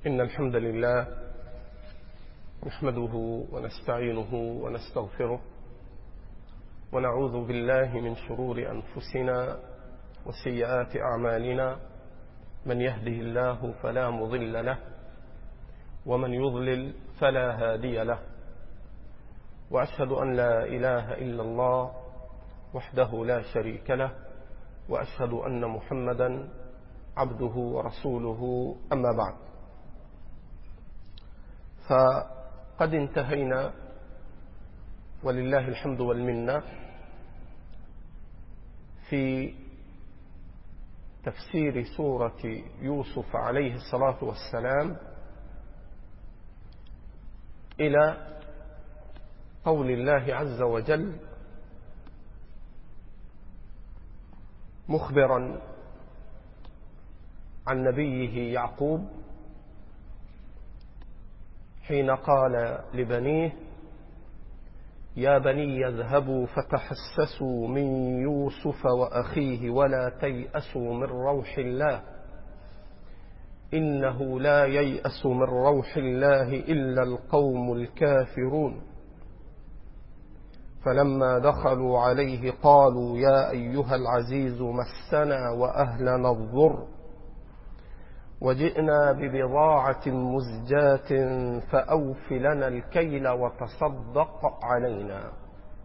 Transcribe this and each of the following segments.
إن الحمد لله نحمده ونستعينه ونستغفره ونعوذ بالله من شرور أنفسنا وسيئات أعمالنا. من يهده الله فلا مضل له ومن يضلل فلا هادي له، وأشهد أن لا إله إلا الله وحده لا شريك له، وأشهد أن محمدا عبده ورسوله. أما بعد، فقد انتهينا ولله الحمد والمنة في تفسير سورة يوسف عليه الصلاة والسلام إلى قول الله عز وجل مخبرا عن نبيه يعقوب حين قال لبنيه: يا بني اذهبوا فتحسسوا من يوسف وأخيه ولا تيأسوا من روح الله إنه لا ييأس من روح الله إلا القوم الكافرون. فلما دخلوا عليه قالوا يا أيها العزيز مسنا وأهلنا الضر وجئنا ببضاعة مزجاة فأوف لنا الكيل وتصدق علينا.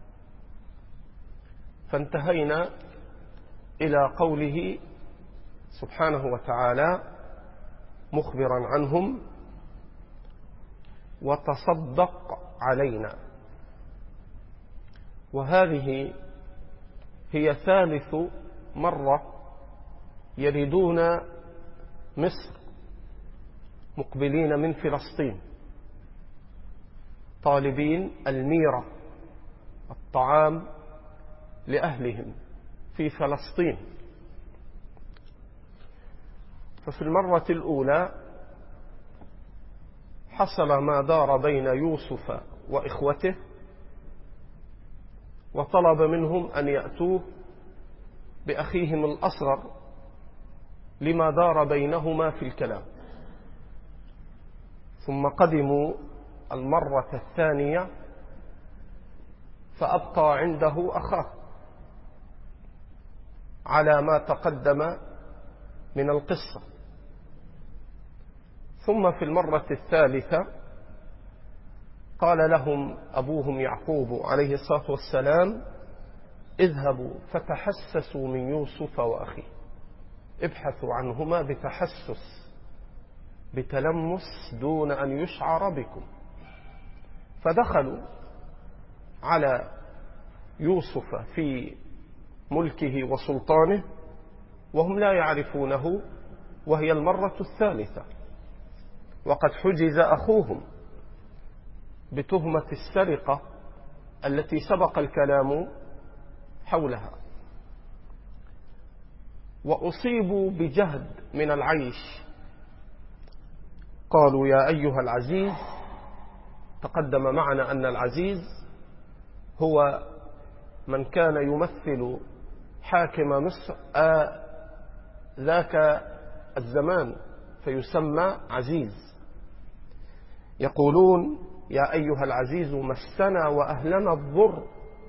فانتهينا إلى قوله سبحانه وتعالى مخبرا عنهم: وتصدق علينا. وهذه هي ثالث مرة يريدون مصر مقبلين من فلسطين طالبين الميرة، الطعام لأهلهم في فلسطين. ففي المرة الأولى حصل ما دار بين يوسف وإخوته، وطلب منهم أن يأتوه بأخيهم الأصغر لما دار بينهما في الكلام. ثم قدموا المرة الثانية فأبقى عنده أخاه على ما تقدم من القصة. ثم في المرة الثالثة قال لهم أبوهم يعقوب عليه الصلاة والسلام: اذهبوا فتحسسوا من يوسف وأخيه، ابحثوا عنهما بتحسس بتلمس دون أن يشعر بكم. فدخلوا على يوسف في ملكه وسلطانه وهم لا يعرفونه، وهي المرة الثالثة، وقد حجز أخوهم بتهمة السرقة التي سبق الكلام حولها، وأصيبوا بجهد من العيش. قالوا يا أيها العزيز. تقدم معنا أن العزيز هو من كان يمثل حاكم مصر ذاك الزمان فيسمى عزيز. يقولون يا أيها العزيز مسنا وأهلنا الضر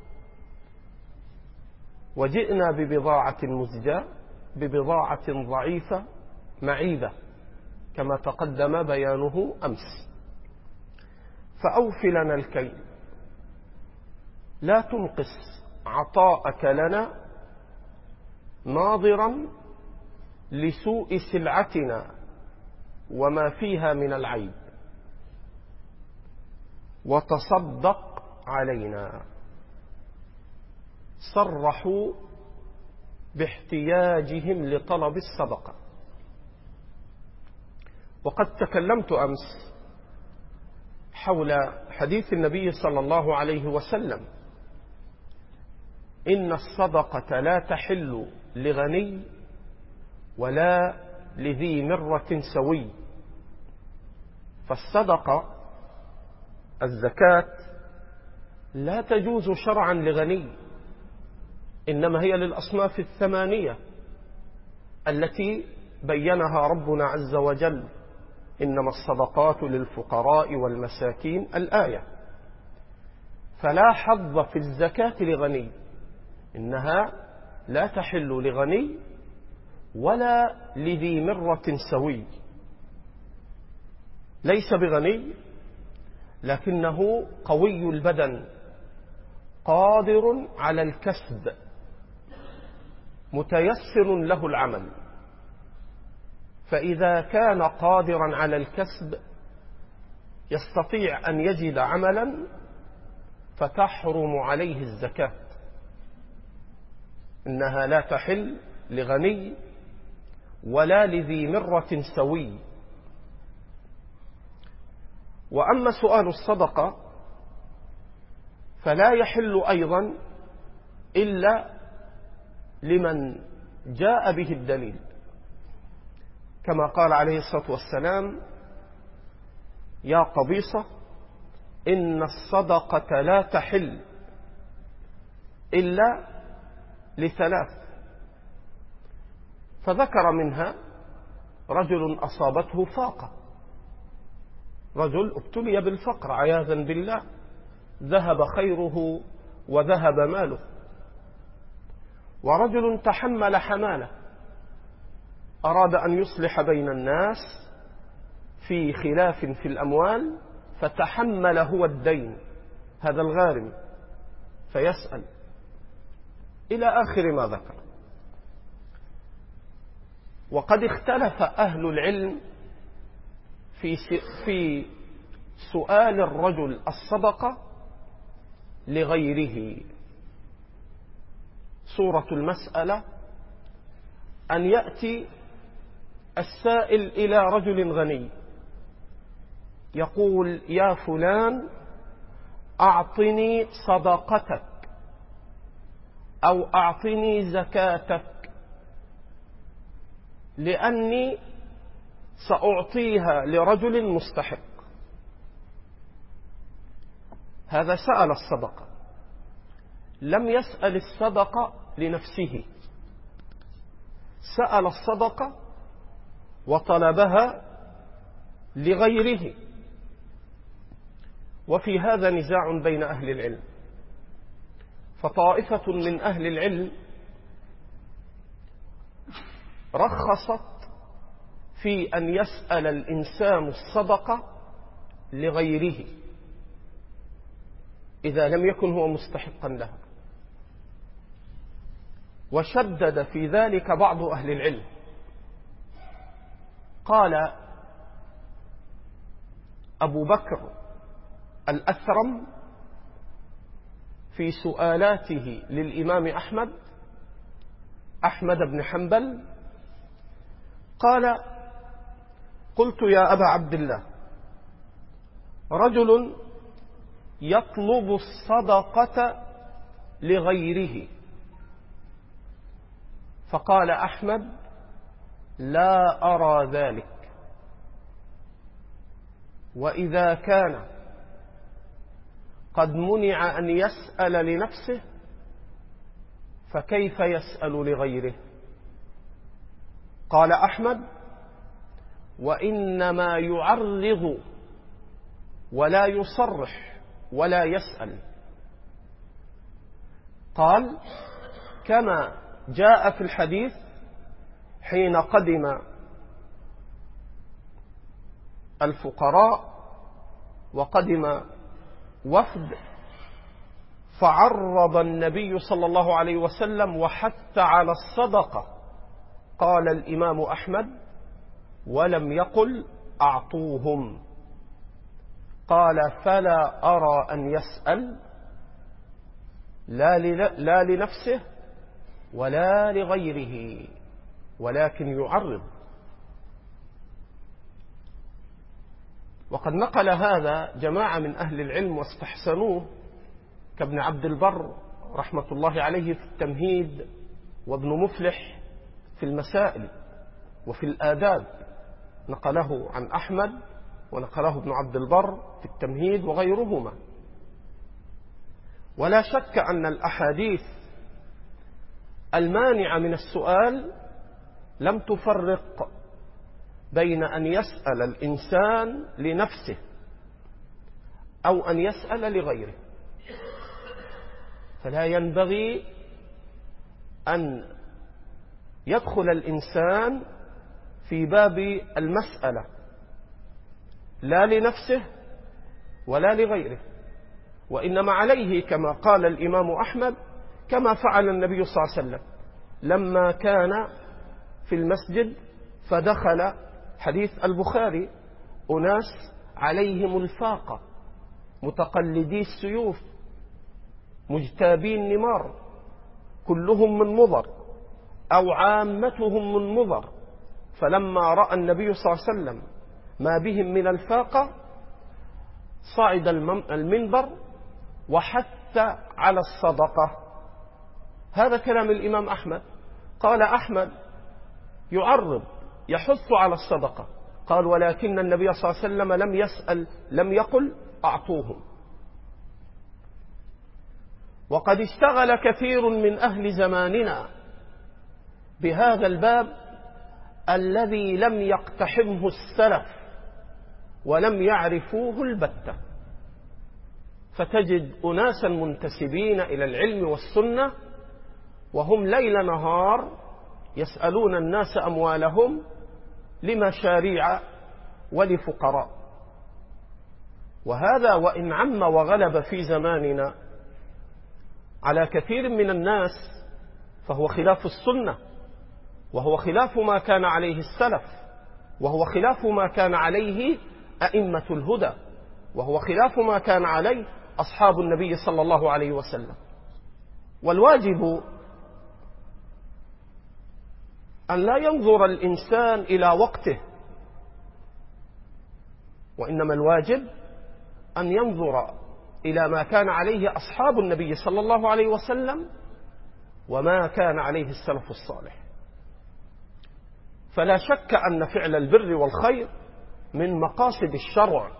وجئنا ببضاعة مزجاة، ببضاعة ضعيفة معيبة كما تقدم بيانه أمس. فأوف لنا الكيل، لا تنقص عطاءك لنا ناظرا لسوء سلعتنا وما فيها من العيب، وتصدق علينا. صرحوا باحتياجهم لطلب الصدقة. وقد تكلمت أمس حول حديث النبي صلى الله عليه وسلم: إن الصدقة لا تحل لغني ولا لذي مرة سوي. فالصدقة الزكاة لا تجوز شرعا لغني، إنما هي للأصناف الثمانية التي بينها ربنا عز وجل إنما الصدقات للفقراء والمساكين الآية. فلا حظ في الزكاة لغني، إنها لا تحل لغني ولا لذي مرة سوي، ليس بغني لكنه قوي البدن قادر على الكسب متيسر له العمل، فإذا كان قادرا على الكسب يستطيع أن يجد عملا فتحرم عليه الزكاة، إنها لا تحل لغني ولا لذي مرة سوي. وأما سؤال الصدقة فلا يحل أيضا إلا لمن جاء به الدليل، كما قال عليه الصلاة والسلام: يا قبيصة إن الصدقة لا تحل إلا لثلاث، فذكر منها رجل أصابته فاقة، رجل ابتلي بالفقر عياذا بالله، ذهب خيره وذهب ماله، ورجل تحمل حمالة، أراد أن يصلح بين الناس في خلاف في الأموال فتحمل هو الدين، هذا الغارم فيسأل، إلى آخر ما ذكر. وقد اختلف أهل العلم في سؤال الرجل الصدقة لغيره. صورة المسألة أن يأتي السائل إلى رجل غني يقول: يا فلان أعطني صدقتك أو أعطني زكاتك لأني سأعطيها لرجل مستحق. هذا سأل الصدقة، لم يسأل الصدقة لنفسه، سأل الصدقة وطلبها لغيره. وفي هذا نزاع بين أهل العلم، فطائفة من أهل العلم رخصت في أن يسأل الإنسان الصدقة لغيره إذا لم يكن هو مستحقا لها، وشدد في ذلك بعض أهل العلم، قال أبو بكر الأثرم في سؤالاته للإمام أحمد بن حنبل، قال: قلت يا أبا عبد الله، رجل يطلب الصدقة لغيره، فقال أحمد: لا أرى ذلك، وإذا كان قد منع أن يسأل لنفسه فكيف يسأل لغيره؟ قال أحمد: وإنما يعرض ولا يصرح ولا يسأل. قال: كما جاء في الحديث حين قدم الفقراء وقدم وفد فعرض النبي صلى الله عليه وسلم وحث على الصدقة، قال الإمام أحمد: ولم يقل أعطوهم. قال: فلا أرى أن يسأل لا لنفسه ولا لغيره، ولكن يعرض. وقد نقل هذا جماعة من أهل العلم واستحسنوه، كابن عبد البر رحمة الله عليه في التمهيد، وابن مفلح في المسائل وفي الآداب، نقله عن أحمد ونقله ابن عبد البر في التمهيد وغيرهما. ولا شك أن الأحاديث المانعة من السؤال لم تفرق بين أن يسأل الإنسان لنفسه أو أن يسأل لغيره، فلا ينبغي أن يدخل الإنسان في باب المسألة لا لنفسه ولا لغيره، وإنما عليه كما قال الإمام أحمد كما فعل النبي صلى الله عليه وسلم لما كان في المسجد فدخل، حديث البخاري، أناس عليهم الفاقة متقلدي السيوف مجتابي النمار، كلهم من مضر أو عامتهم من مضر، فلما رأى النبي صلى الله عليه وسلم ما بهم من الفاقة صعد المنبر وحث على الصدقة. هذا كلام الإمام أحمد. قال أحمد يعرض يحث على الصدقة، قال ولكن النبي صلى الله عليه وسلم لم يسأل، لم يقل أعطوهم. وقد اشتغل كثير من أهل زماننا بهذا الباب الذي لم يقتحمه السلف ولم يعرفوه البتة، فتجد أناسا منتسبين إلى العلم والسنة وهم ليل نهار يسألون الناس أموالهم لمشاريع ولفقراء. وهذا وإن عم وغلب في زماننا على كثير من الناس فهو خلاف السنة، وهو خلاف ما كان عليه السلف، وهو خلاف ما كان عليه أئمة الهدى، وهو خلاف ما كان عليه أصحاب النبي صلى الله عليه وسلم. والواجب أن لا ينظر الإنسان إلى وقته، وإنما الواجب أن ينظر إلى ما كان عليه أصحاب النبي صلى الله عليه وسلم وما كان عليه السلف الصالح. فلا شك أن فعل البر والخير من مقاصد الشرع،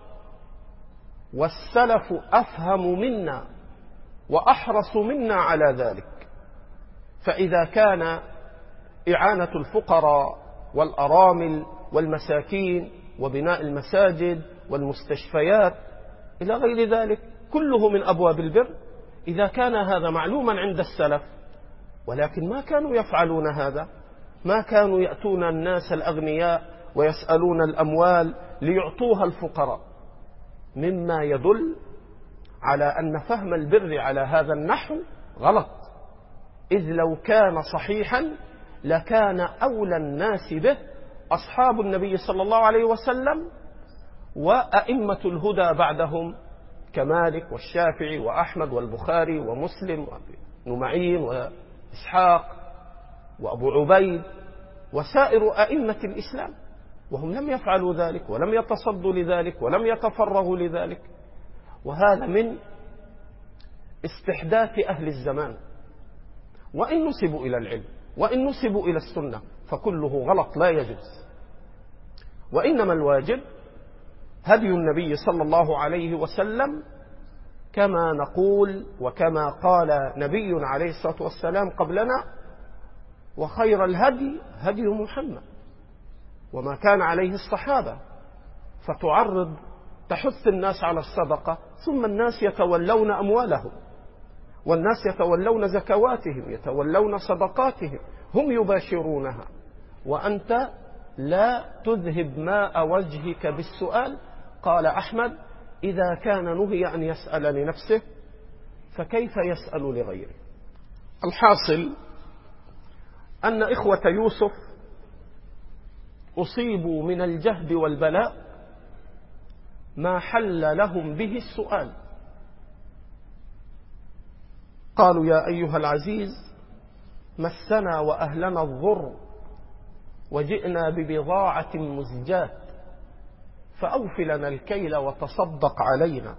والسلف أفهم منا وأحرص منا على ذلك. فإذا كان إعانة الفقراء والأرامل والمساكين وبناء المساجد والمستشفيات إلى غير ذلك كله من أبواب البر، إذا كان هذا معلوما عند السلف، ولكن ما كانوا يفعلون هذا، ما كانوا يأتون الناس الأغنياء ويسألون الأموال ليعطوها الفقراء، مما يدل على أن فهم البر على هذا النحو غلط، إذ لو كان صحيحا لكان أولى الناس به أصحاب النبي صلى الله عليه وسلم وأئمة الهدى بعدهم كمالك والشافعي وأحمد والبخاري ومسلم وابن معين وإسحاق وأبو عبيد وسائر أئمة الإسلام، وهم لم يفعلوا ذلك ولم يتصدوا لذلك ولم يتفرغوا لذلك. وهذا من استحداث أهل الزمان، وإن نسبوا إلى العلم وإن نسبوا إلى السنة فكله غلط لا يجوز. وإنما الواجب هدي النبي صلى الله عليه وسلم كما نقول وكما قال نبي عليه الصلاة والسلام قبلنا: وخير الهدي هدي محمد وما كان عليه الصحابة. فتعرض تحث الناس على الصدقة، ثم الناس يتولون أموالهم، والناس يتولون زكواتهم، يتولون صدقاتهم، هم يباشرونها، وأنت لا تذهب ماء وجهك بالسؤال. قال أحمد: إذا كان نهي أن يسأل لنفسه فكيف يسأل لغيره؟ الحاصل أن إخوة يوسف أصيبوا من الجهد والبلاء ما حل لهم به السؤال. قالوا: يا أيها العزيز مسنا وأهلنا الضر وجئنا ببضاعة مزجاة فأوف لنا الكيل وتصدق علينا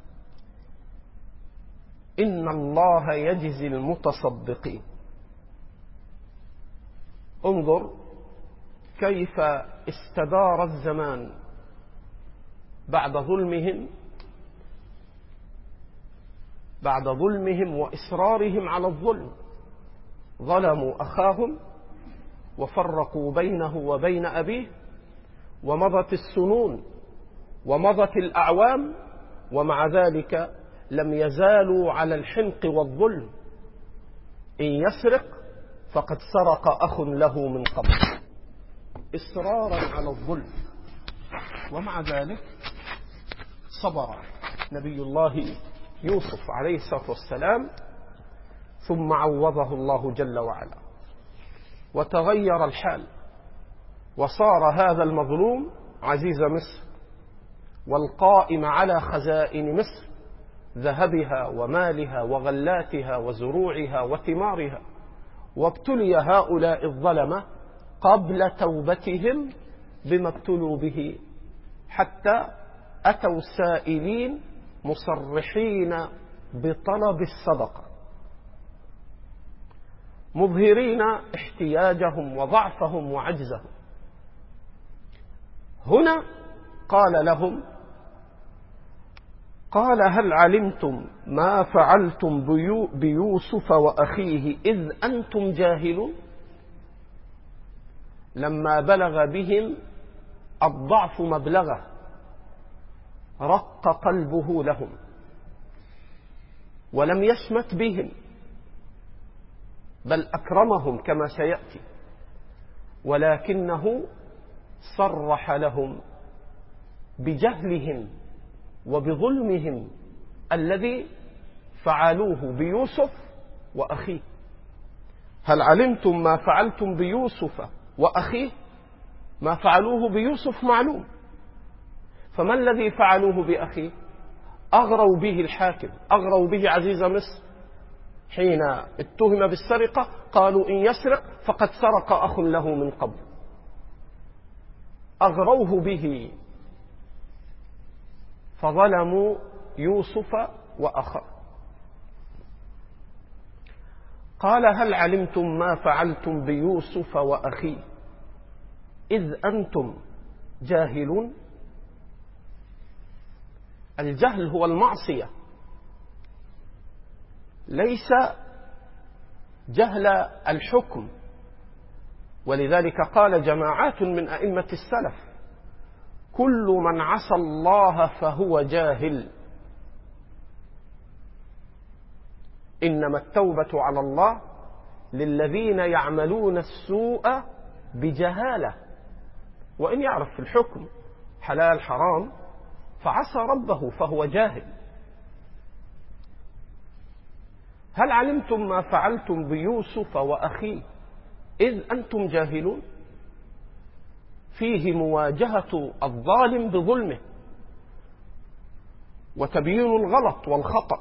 إن الله يجزي المتصدقين. انظر كيف استدار الزمان بعد ظلمهم وإصرارهم على الظلم. ظلموا أخاهم وفرقوا بينه وبين أبيه ومضت السنون ومضت الأعوام، ومع ذلك لم يزالوا على الحنق والظلم. إن يسرق فقد سرق أخ له من قبل، إصرارا على الظلم. ومع ذلك صبر نبي الله يوسف عليه الصلاة والسلام، ثم عوضه الله جل وعلا، وتغير الحال، وصار هذا المظلوم عزيز مصر، والقائم على خزائن مصر، ذهبها ومالها وغلاتها وزروعها وثمارها. وابتلي هؤلاء الظلمة قبل توبتهم بما ابتلوا به، حتى أتوا سائلين مصرحين بطلب الصدقة، مظهرين احتياجهم وضعفهم وعجزهم. هنا قال لهم: قال هل علمتم ما فعلتم بيوسف وأخيه إذ أنتم جاهلون؟ لما بلغ بهم الضعف مبلغه رق قلبه لهم، ولم يشمت بهم، بل أكرمهم كما سيأتي، ولكنه صرح لهم بجهلهم وبظلمهم الذي فعلوه بيوسف وأخيه. هل علمتم ما فعلتم بيوسف وأخيه؟ ما فعلوه بيوسف معلوم، فما الذي فعلوه بأخيه؟ أغروا به الحاكم، أغروا به عزيز مصر. حين اتهم بالسرقة قالوا: إن يسرق فقد سرق أخ له من قبل. أغروه به، فظلموا يوسف وأخاه. قال هل علمتم ما فعلتم بيوسف وأخيه إذ أنتم جاهلون؟ الجهل هو المعصية، ليس جهل الحكم. ولذلك قال جماعات من أئمة السلف: كل من عصى الله فهو جاهل، إنما التوبة على الله للذين يعملون السوء بجهالة. وإن يعرف في الحكم حلال حرام فعصى ربه فهو جاهل. هل علمتم ما فعلتم بيوسف وأخيه إذ أنتم جاهلون؟ فيه مواجهة الظالم بظلمه، وتبيين الغلط والخطأ،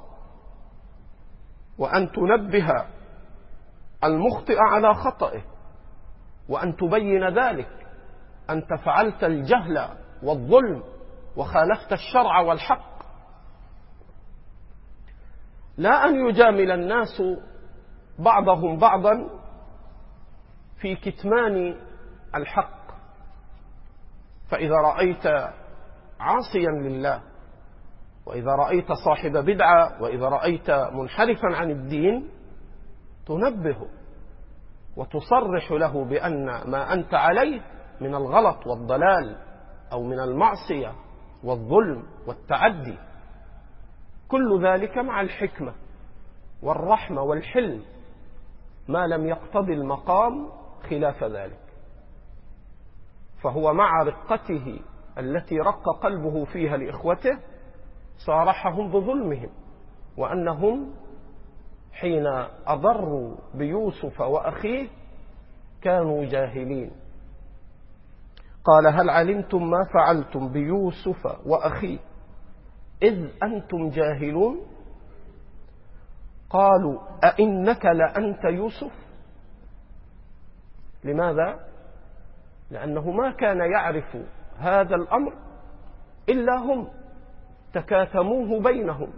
وأن تنبه المخطئ على خطئه، وأن تبين ذلك أنت فعلت الجهل والظلم وخالفت الشرع والحق. لا أن يجامل الناس بعضهم بعضا في كتمان الحق. فإذا رأيت عاصيا لله، وإذا رأيت صاحب بدعة، وإذا رأيت منحرفا عن الدين، تنبه وتصرح له بأن ما أنت عليه من الغلط والضلال، أو من المعصية والظلم والتعدي، كل ذلك مع الحكمة والرحمة والحلم، ما لم يقتضي المقام خلاف ذلك. فهو مع رقته التي رق قلبه فيها لإخوته صارحهم بظلمهم، وأنهم حين أضروا بيوسف وأخيه كانوا جاهلين. قال هل علمتم ما فعلتم بيوسف وأخيه إذ أنتم جاهلون؟ قالوا أئنك لأنت يوسف. لماذا؟ لأنه ما كان يعرف هذا الأمر إلا هم، تكاتموه بينهم،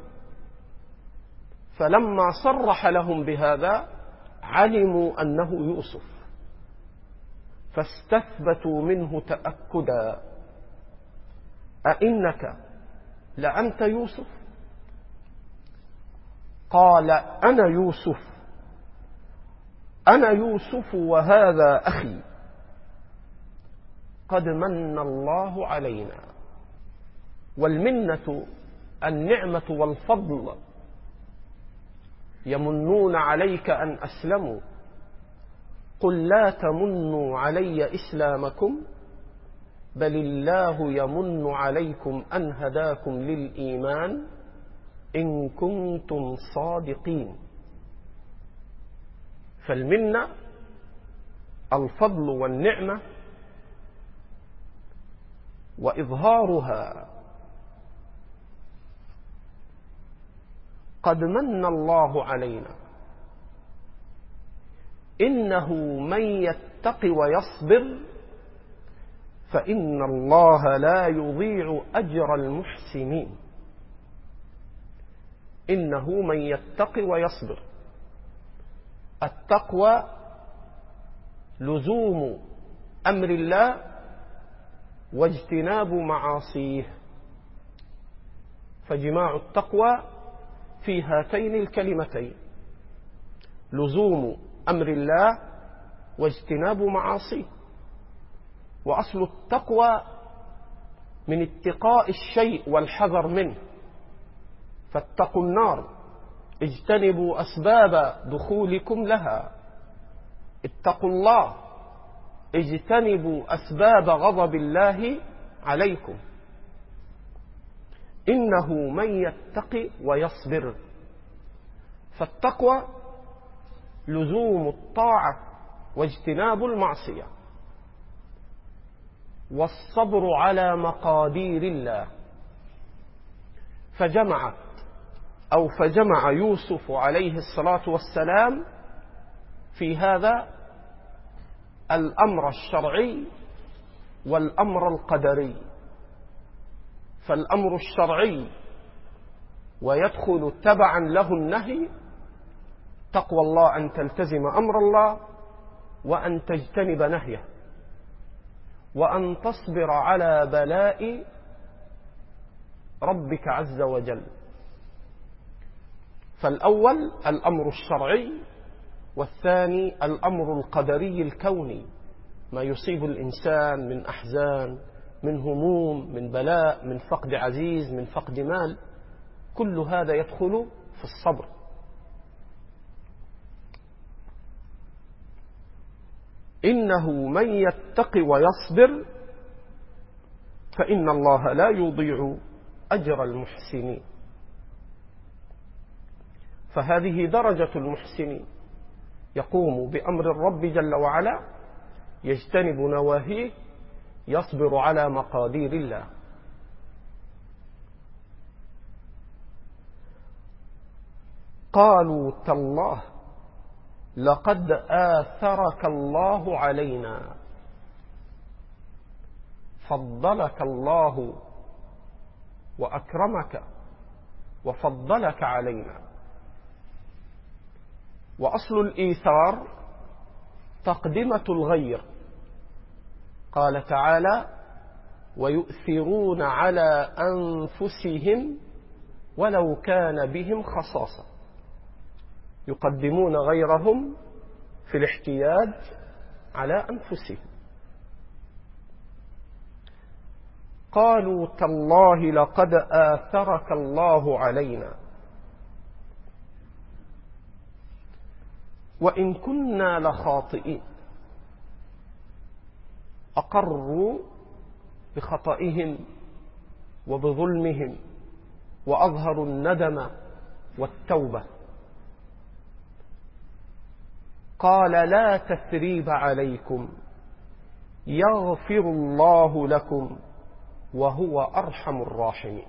فلما صرح لهم بهذا علموا أنه يوسف، فاستثبتوا منه تأكدا: أئنك لأنت يوسف؟ قال أنا يوسف، أنا يوسف وهذا أخي. قد من الله علينا. والمنة النعمة والفضل. يمنون عليك أن أسلموا قل لا تمنوا علي إسلامكم بل الله يمن عليكم أن هداكم للإيمان إن كنتم صادقين. فالمنة الفضل والنعمة وإظهارها. قد من الله علينا إنه من يتق ويصبر فإن الله لا يضيع أجر المحسنين. إنه من يتق ويصبر. التقوى لزوم أمر الله واجتناب معاصيه. فجماع التقوى في هاتين الكلمتين: لزوم أمر الله واجتناب معاصيه. وأصل التقوى من اتقاء الشيء والحذر منه. فاتقوا النار اجتنبوا أسباب دخولكم لها. اتقوا الله اجتنبوا أسباب غضب الله عليكم. إنه من يتق ويصبر. فالتقوى لزوم الطاعة واجتناب المعصية، والصبر على مقادير الله. فجمع يوسف عليه الصلاة والسلام في هذا الأمر الشرعي والأمر القدري. فالأمر الشرعي ويدخل تبعا له النهي: تقوى الله أن تلتزم أمر الله وأن تجتنب نهيه وأن تصبر على بلاء ربك عز وجل. فالأول الأمر الشرعي، والثاني الأمر القدري الكوني، ما يصيب الإنسان من أحزان، من هموم، من بلاء، من فقد عزيز، من فقد مال، كل هذا يدخل في الصبر. إنه من يتق ويصبر فإن الله لا يضيع أجر المحسنين. فهذه درجة المحسنين: يقوم بأمر الرب جل وعلا، يجتنب نواهيه، يصبر على مقادير الله. قالوا تالله لقد آثرك الله علينا فضلك الله وأكرمك وفضلك علينا. وأصل الإيثار تقدمة الغير. قال تعالى: ويؤثرون على أنفسهم ولو كان بهم خصاصة. يقدمون غيرهم في الاحتياج على أنفسهم. قالوا تالله لقد آثرك الله علينا وإن كنا لخاطئين. أقروا بخطئهم وبظلمهم وأظهروا الندم والتوبة. قال: لا تثريب عليكم يغفر الله لكم وهو أرحم الراحمين.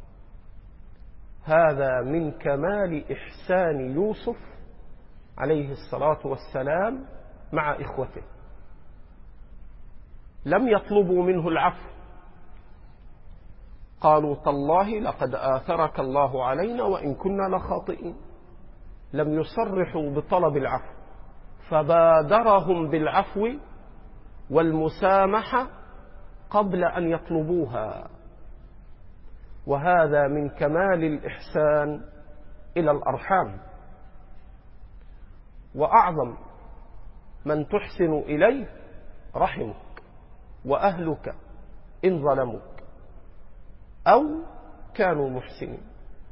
هذا من كمال إحسان يوسف عليه الصلاة والسلام مع إخوته. لم يطلبوا منه العفو. قالوا تالله لقد آثرك الله علينا وإن كنا لخاطئين. لم يصرحوا بطلب العفو، فبادرهم بالعفو والمسامحة قبل أن يطلبوها. وهذا من كمال الإحسان إلى الأرحام. وأعظم من تحسن إليه رحمك. وأهلك إن ظلموك أو كانوا محسنين.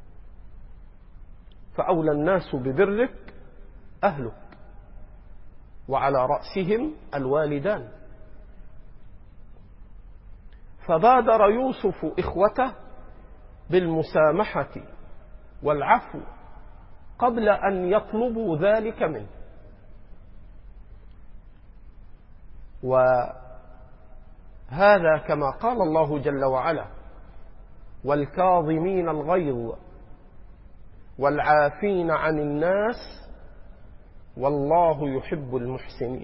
فأولى الناس ببرك أهلك، وعلى رأسهم الوالدان. فبادر يوسف إخوته بالمسامحة والعفو قبل أن يطلبوا ذلك منه. وهذا كما قال الله جل وعلا: والكاظمين الغيظ والعافين عن الناس والله يحب المحسنين.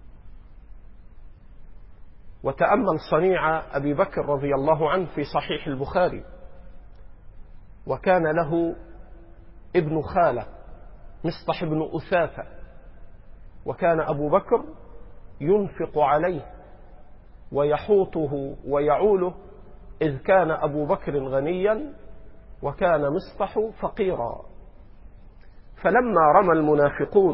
وتأمل صنيع أبي بكر رضي الله عنه في صحيح البخاري، وكان له ابن خالة مصطح بن أثاثة، وكان أبو بكر ينفق عليه ويحوطه ويعوله، إذ كان أبو بكر غنيا وكان مصطح فقيرا. فلما رمى المنافقون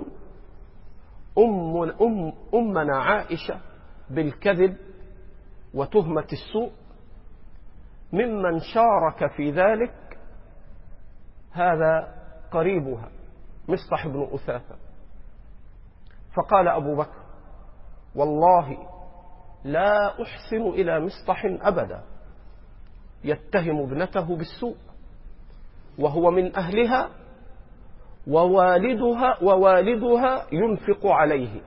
أمنا عائشة بالكذب وتهمة السوء، ممن شارك في ذلك هذا قريبها مصطح بن أثاثة. فقال أبو بكر: والله لا أحسن إلى مصطح أبدا، يتهم ابنته بالسوء وهو من أهلها ووالدها ينفق عليه.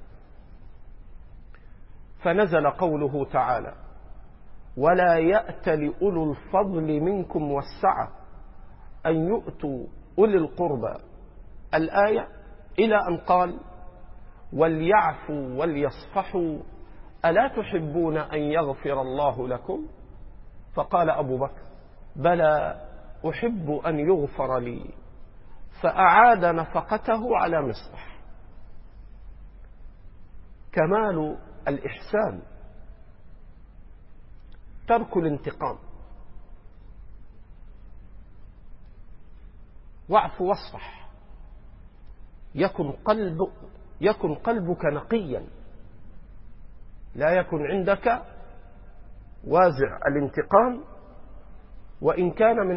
فنزل قوله تعالى: ولا يأتل أولو الفضل منكم والسعة أن يؤتوا أولي القربى، الآية، إلى أن قال: وليعفوا وليصفحوا ألا تحبون أن يغفر الله لكم؟ فقال أبو بكر: بلى أحب أن يغفر لي. فأعاد نفقته على مصطح. كمال الإحسان ترك الانتقام، واعف واصفح، يكن قلبك نقيا، لا يكن عندك وازع الانتقام، وإن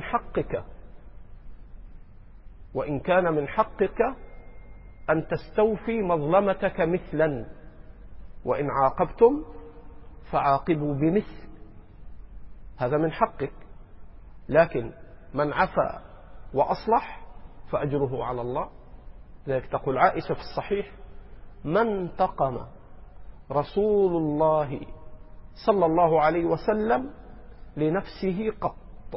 كان من حقك أن تستوفي مظلمتك مثلا، وإن عاقبتم فعاقبوا بمثل، هذا من حقك. لكن من عفا وأصلح فأجره على الله. لذلك تقول عائشة في الصحيح: ما انتقم رسول الله صلى الله عليه وسلم لنفسه قط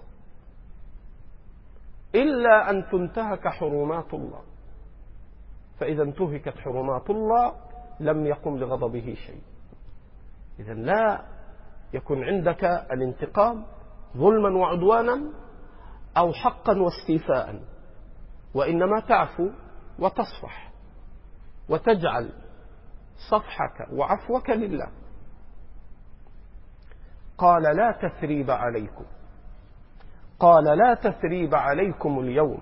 إلا أن تنتهك حرمات الله، فإذا انتهكت حرمات الله لم يقم لغضبه شيء. إذن لا يكون عندك الانتقام ظلما وعدوانا أو حقا واستيفاء، وإنما تعفو وتصفح وتجعل صفحك وعفوك لله. قال: لا تثريب عليكم اليوم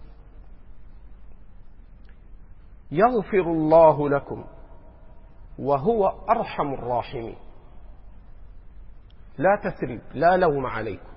يغفر الله لكم وهو أرحم الراحمين. لا تثريب، لا لوم عليكم.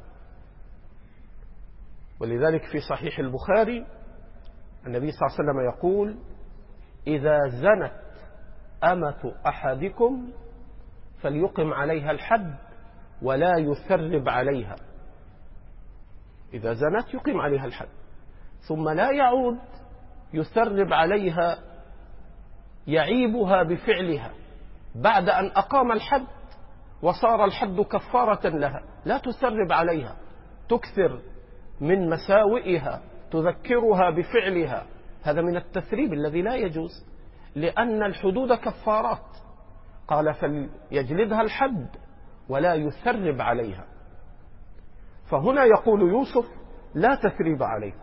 ولذلك في صحيح البخاري النبي صلى الله عليه وسلم يقول: إذا زنت أمة أحدكم فليقم عليها الحد ولا يثرب عليها. إذا زنت يقيم عليها الحد، ثم لا يعود يثرب عليها يعيبها بفعلها بعد أن أقام الحد وصار الحد كفارة لها. لا تثرب عليها، تكثر من مساوئها، تذكرها بفعلها. هذا من التثريب الذي لا يجوز، لأن الحدود كفارات. قال: فليجلدها الحد ولا يثرب عليها. فهنا يقول يوسف: لا تثريب عليكم،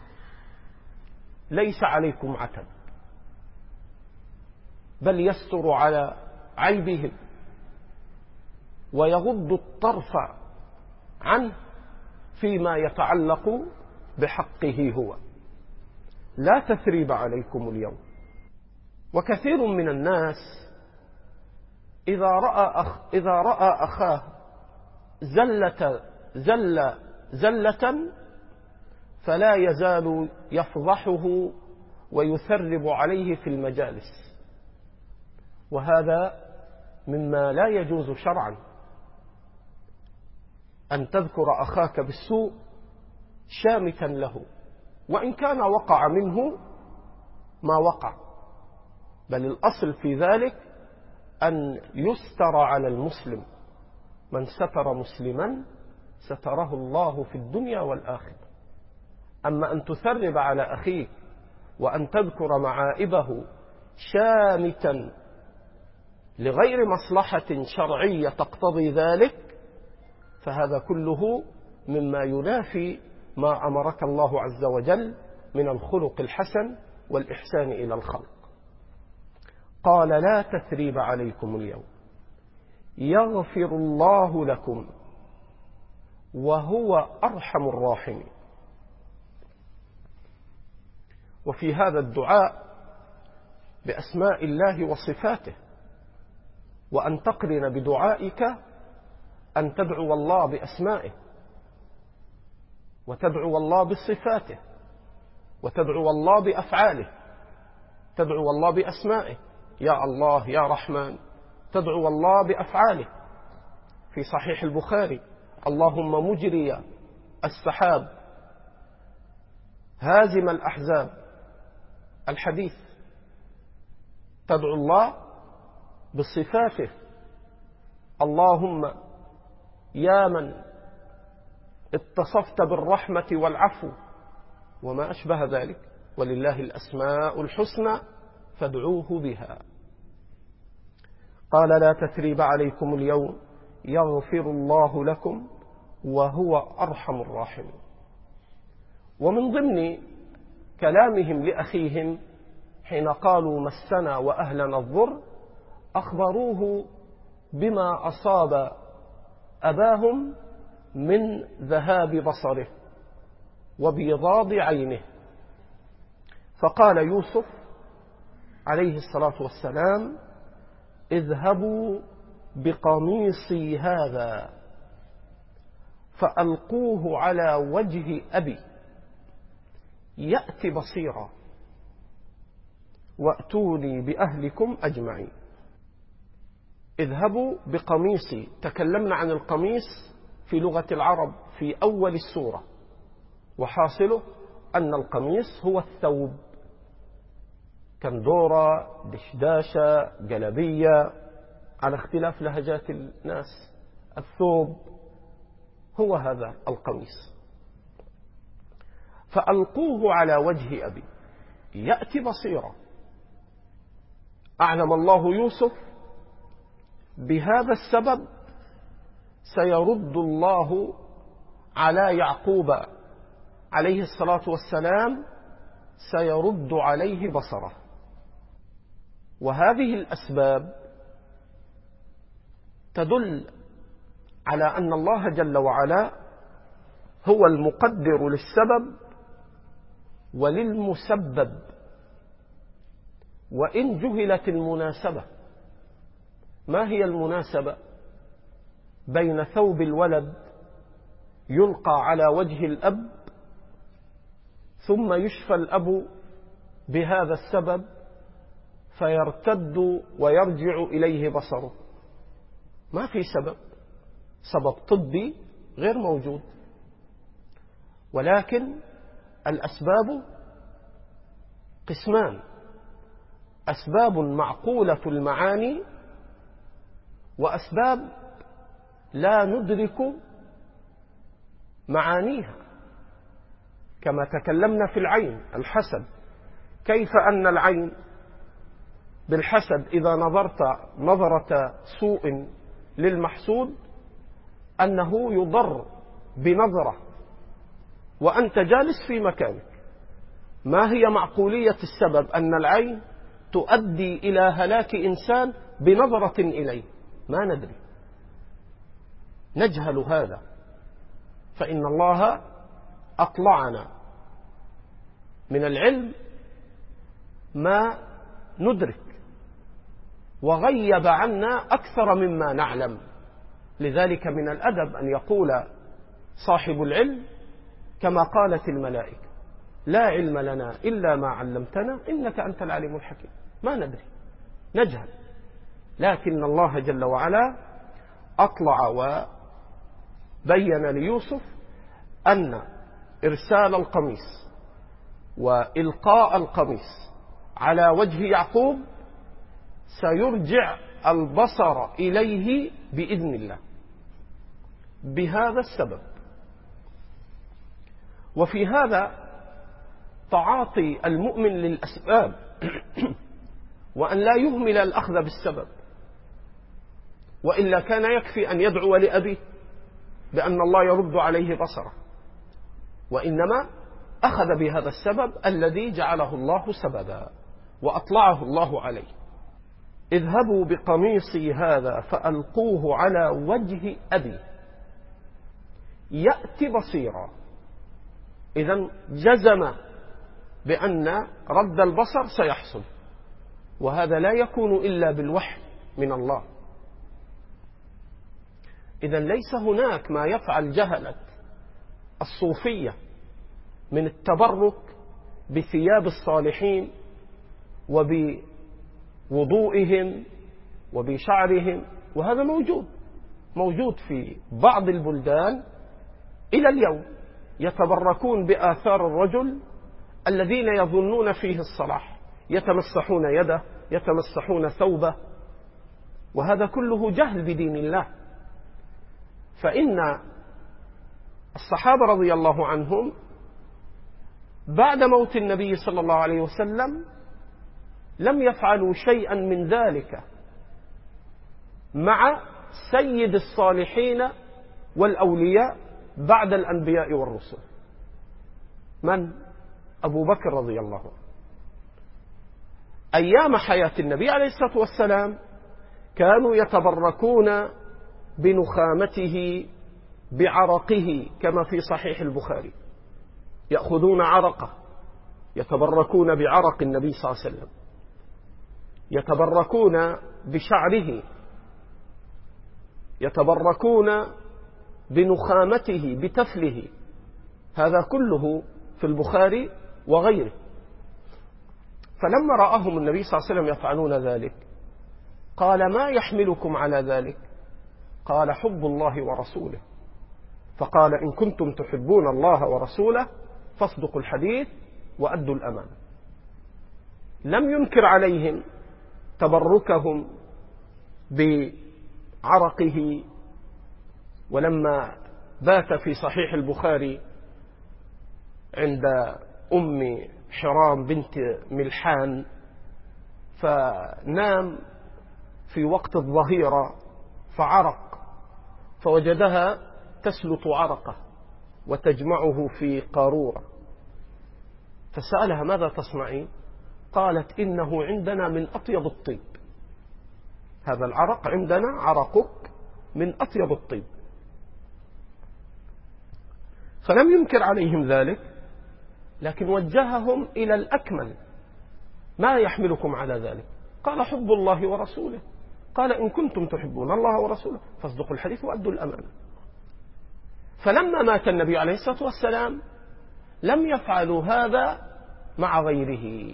ليس عليكم عتب، بل يستر على عيبهم ويغض الطرف عنه فيما يتعلق بحقه هو. لا تثريب عليكم اليوم. وكثير من الناس إذا رأى أخاه زلة فلا يزال يفضحه ويثرب عليه في المجالس، وهذا مما لا يجوز شرعا، أن تذكر أخاك بالسوء شامتا له، وإن كان وقع منه ما وقع، بل الأصل في ذلك أن يستر على المسلم، من ستر مسلما ستره الله في الدنيا والآخرة. أما أن تثرب على أخيك وأن تذكر معائبه شامتا لغير مصلحة شرعية تقتضي ذلك، فهذا كله مما ينافي ما أمرك الله عز وجل من الخلق الحسن والإحسان إلى الخلق. قال لا تثريب عليكم اليوم يغفر الله لكم وهو أرحم الراحمين. وفي هذا الدعاء بأسماء الله وصفاته، وأن تقرن بدعائك أن تدعو الله بأسمائه، وتدعو الله بصفاته، وتدعو الله بأفعاله، تدعو الله بأسمائه يا الله يا رحمن، تدعو الله بأفعاله. في صحيح البخاري اللهم مجري السحاب هازم الأحزاب، الحديث تدعو الله بصفاته، اللهم يا من اتصفت بالرحمة والعفو وما أشبه ذلك، ولله الأسماء الحسنى فادعوه بها. قال لا تثريب عليكم اليوم يغفر الله لكم وهو أرحم الراحمين. ومن ضمن كلامهم لأخيهم حين قالوا مسنا وأهلنا الضر، أخبروه بما أصاب أباهم من ذهاب بصره وبيضاض عينه، فقال يوسف عليه الصلاة والسلام اذهبوا بقميصي هذا فألقوه على وجه أبي يأتي بصيرا وأتوني بأهلكم أجمعين. اذهبوا بقميصي، تكلمنا عن القميص في لغة العرب في أول السورة، وحاصله أن القميص هو الثوب، كندورة، دشداشة، جلبية، على اختلاف لهجات الناس. الثوب هو هذا القميص. فألقوه على وجه أبي يأتي بصيرا. أعلم الله يوسف بهذا السبب سيرد الله على يعقوب عليه الصلاة والسلام، سيرد عليه بصره. وهذه الأسباب تدل على أن الله جل وعلا هو المقدر للسبب وللمسبب، وإن جهلت المناسبة. ما هي المناسبة بين ثوب الولد يلقى على وجه الأب ثم يشفى الأب بهذا السبب فيرتد ويرجع إليه بصره؟ ما في سبب طبي غير موجود، ولكن الأسباب قسمان: أسباب معقولة المعاني، وأسباب لا ندرك معانيها، كما تكلمنا في العين، الحسد، كيف أن العين بالحسد إذا نظرت نظرة سوء للمحسود أنه يضر بنظرة وأنت جالس في مكانك. ما هي معقولية السبب أن العين تؤدي إلى هلاك إنسان بنظرة إليه؟ ما ندري، نجهل هذا، فإن الله أطلعنا من العلم ما ندرك. وغيب عنا أكثر مما نعلم. لذلك من الأدب أن يقول صاحب العلم كما قالت الملائكة: لا علم لنا إلا ما علمتنا إنك أنت العليم الحكيم. ما ندري، نجهل، لكن الله جل وعلا أطلع وبين ليوسف أن إرسال القميص وإلقاء القميص على وجه يعقوب سيرجع البصر إليه بإذن الله بهذا السبب. وفي هذا تعاطي المؤمن للأسباب وأن لا يهمل الأخذ بالسبب، وإلا كان يكفي أن يدعو لأبيه بأن الله يرد عليه بصره، وإنما أخذ بهذا السبب الذي جعله الله سببا وأطلعه الله عليه. اذهبوا بقميصي هذا فألقوه على وجه أبي يأتي بصيرا. إذن جزم بأن رد البصر سيحصل، وهذا لا يكون إلا بالوحي من الله. إذن ليس هناك ما يفعل جهلة الصوفية من التبرك بثياب الصالحين وبوضوئهم وبشعرهم، وهذا موجود في بعض البلدان إلى اليوم، يتبركون بآثار الرجل الذين يظنون فيه الصلاح، يتمسحون يده، يتمسحون ثوبه، وهذا كله جهل بدين الله. فإن الصحابة رضي الله عنهم بعد موت النبي صلى الله عليه وسلم لم يفعلوا شيئا من ذلك مع سيد الصالحين والأولياء بعد الأنبياء والرسل. من؟ أبو بكر رضي الله عنه. أيام حياة النبي عليه الصلاة والسلام كانوا يتبركون بنخامته بعرقه كما في صحيح البخاري، يأخذون عرقه، يتبركون بعرق النبي صلى الله عليه وسلم، يتبركون بشعره، يتبركون بنخامته بتفله. هذا كله في البخاري وغيره. فلما رآهم النبي صلى الله عليه وسلم يفعلون ذلك قال: ما يحملكم على ذلك؟ قال: حب الله ورسوله. فقال: إن كنتم تحبون الله ورسوله فاصدقوا الحديث وأدوا الأمانة. لم ينكر عليهم تبركهم بعرقه. ولما بات في صحيح البخاري عند أم حرام بنت ملحان فنام في وقت الظهيرة فعرق، فوجدها تسلط عرقه وتجمعه في قارورة، فسألها: ماذا تصنعين؟ قالت: إنه عندنا من أطيب الطيب، هذا العرق عندنا عرقك من أطيب الطيب. فلم ينكر عليهم ذلك، لكن وجههم إلى الأكمل: ما يحملكم على ذلك؟ قال: حب الله ورسوله. قال: إن كنتم تحبون الله ورسوله فاصدقوا الحديث وأدوا الأمانة. فلما مات النبي عليه الصلاة والسلام لم يفعلوا هذا مع غيره،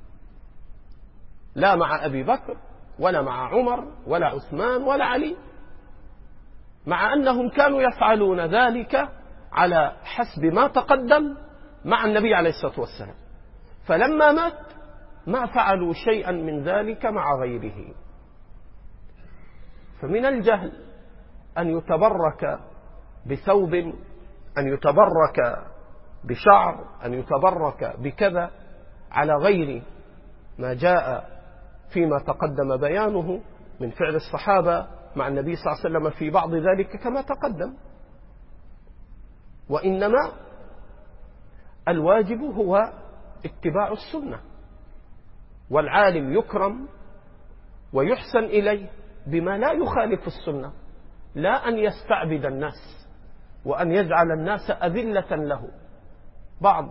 لا مع أبي بكر ولا مع عمر ولا عثمان ولا علي، مع أنهم كانوا يفعلون ذلك على حسب ما تقدم مع النبي عليه الصلاة والسلام. فلما مات ما فعلوا شيئا من ذلك مع غيره. فمن الجهل أن يتبرك بثوب، أن يتبرك بشعر، أن يتبرك بكذا على غير ما جاء فيما تقدم بيانه من فعل الصحابة مع النبي صلى الله عليه وسلم في بعض ذلك كما تقدم. وإنما الواجب هو اتباع السنة، والعالم يكرم ويحسن إليه بما لا يخالف السنة، لا أن يستعبد الناس وأن يجعل الناس أذلة له. بعض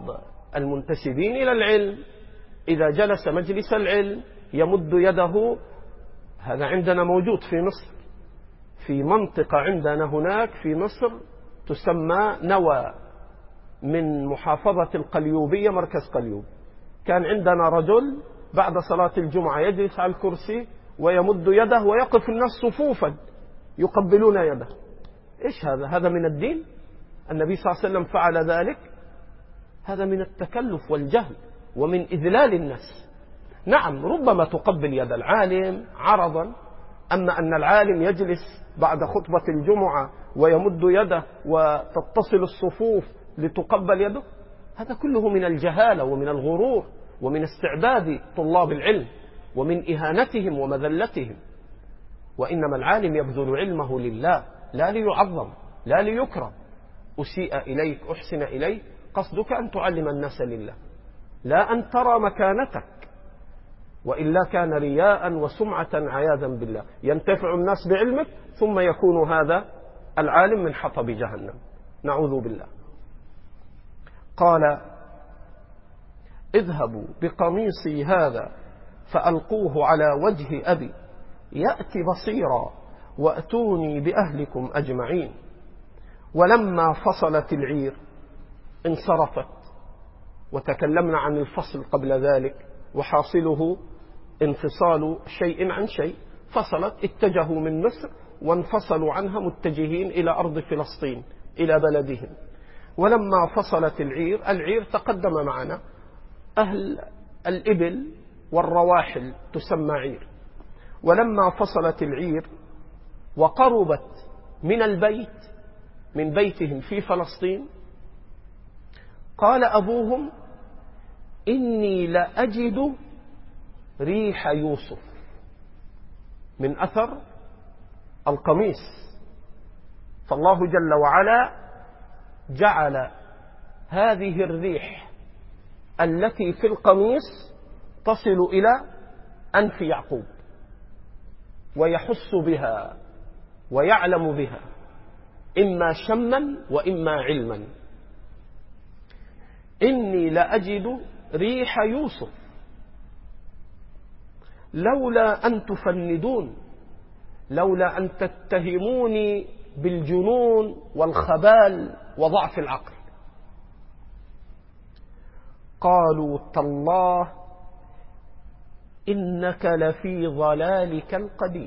المنتسبين إلى العلم إذا جلس مجلس العلم يمد يده هذا عندنا موجود في مصر، في منطقة عندنا هناك في مصر تسمى نوى، من محافظة القليوبية، مركز قليوب. كان عندنا رجل بعد صلاة الجمعة يجلس على الكرسي ويمد يده ويقف الناس صفوفا يقبلون يده. إيش هذا؟ هذا من الدين؟ النبي صلى الله عليه وسلم فعل ذلك؟ هذا من التكلف والجهل ومن إذلال الناس. نعم، ربما تقبل يد العالم عرضا، أما أن العالم يجلس بعد خطبة الجمعة ويمد يده وتتصل الصفوف لتقبل يده، هذا كله من الجهالة ومن الغرور ومن استعباد طلاب العلم ومن إهانتهم ومذلتهم. وإنما العالم يبذل علمه لله، لا ليعظم، لا ليكرم. أسيء إليك، أحسن إليك، قصدك أن تعلم الناس لله، لا أن ترى مكانتك، وإلا كان رياء وسمعة عياذا بالله. ينتفع الناس بعلمك ثم يكون هذا العالم من حطب جهنم، نعوذ بالله. قال: اذهبوا بقميصي هذا فألقوه على وجه أبي يأتي بصيرا وأتوني بأهلكم أجمعين. ولما فصلت العير انصرفت، وتكلمنا عن الفصل قبل ذلك، وحاصله انفصال شيء عن شيء. فصلت، اتجهوا من مصر وانفصلوا عنها متجهين إلى أرض فلسطين، إلى بلدهم. ولما فصلت العير تقدم معنا أهل الإبل والرواحل تسمى عير. ولما فصلت العير وقربت من البيت، من بيتهم في فلسطين، قال أبوهم: إني لأجد ريح يوسف، من أثر القميص. فالله جل وعلا جعل هذه الريح التي في القميص تصل إلى أنف يعقوب ويحس بها ويعلم بها، إما شما وإما علما. إني لأجد ريح يوسف لولا أن تفندون، لولا أن تتهموني بالجنون والخبال وضعف العقل. قالوا: تالله إنك لفي ضلالك القديم.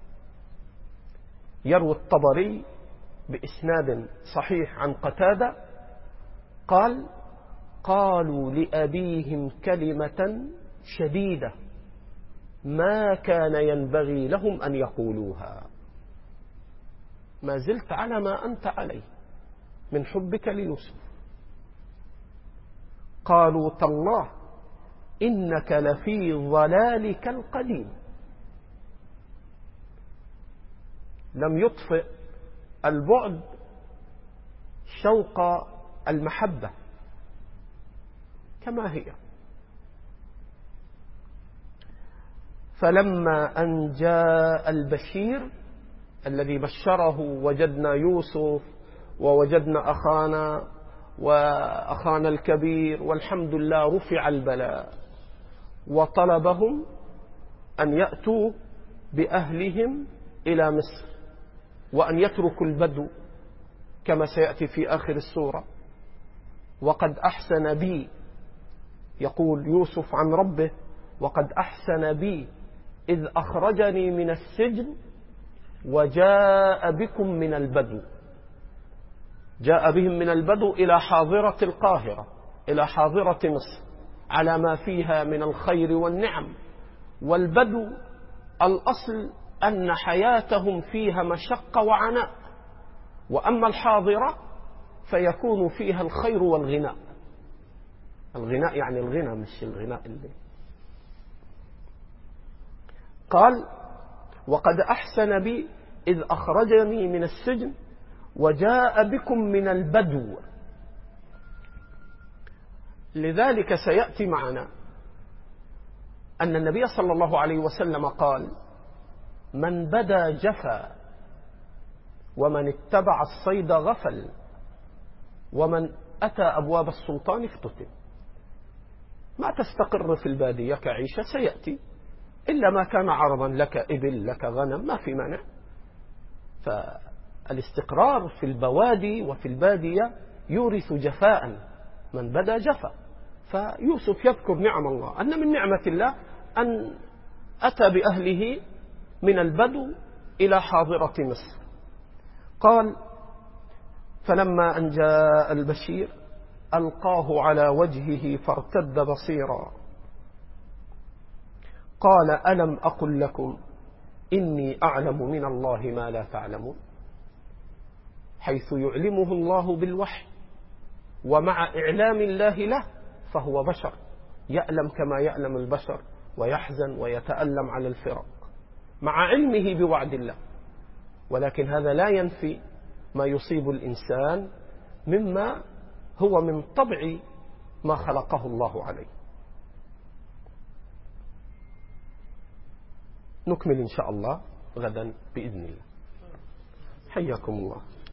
يروي الطبري بإسناد صحيح عن قتادة قال: قالوا لأبيهم كلمة شديدة ما كان ينبغي لهم أن يقولوها. ما زلت على ما أنت عليه من حبك ليوسف. قالوا: تالله إنك لفي ضلالك القديم. لم يطفئ البعد شوق المحبة كما هي. فلما أن جاء البشير الذي بشره، وجدنا يوسف ووجدنا أخانا الكبير، والحمد لله رفع البلاء، وطلبهم أن يأتوا بأهلهم إلى مصر وأن يتركوا البدو كما سيأتي في آخر السورة. وقد أحسن بي، يقول يوسف عن ربه: وقد أحسن بي إذ أخرجني من السجن وجاء بكم من البدو. جاء بهم من البدو إلى حاضرة القاهرة، إلى حاضرة مصر، على ما فيها من الخير والنعم. والبدو الأصل أن حياتهم فيها مشقة وعناء، وأما الحاضرة فيكون فيها الخير والغناء. الغناء يعني الغنى، مش الغناء اللي قال: وقد أحسن بي إذ أخرجني من السجن وجاء بكم من البدو. لذلك سيأتي معنا أن النبي صلى الله عليه وسلم قال: من بدا جفا، ومن اتبع الصيد غفل، ومن أتى أبواب السلطان افتتن. ما تستقر في البادية كعيشة سيأتي. إلا ما كان عرضا لك إبل لك غنم ما في مانع. فالاستقرار في البوادي وفي البادية يورث جفاء، من بدا جفا. فيوسف يذكر نعم الله، أن من نعمة الله أن أتى بأهله من البدو إلى حاضرة مصر. قال فلما أن جاء البشير ألقاه على وجهه فارتد بصيرا قال ألم أقل لكم إني أعلم من الله ما لا تعلمون، حيث يعلمه الله بالوحي ومع إعلام الله له فهو بشر يألم كما يألم البشر ويحزن ويتألم على الفراق مع علمه بوعد الله، ولكن هذا لا ينفي ما يصيب الإنسان مما هو من طبع ما خلقه الله عليه. نكمل إن شاء الله غدا بإذن الله. حياكم الله.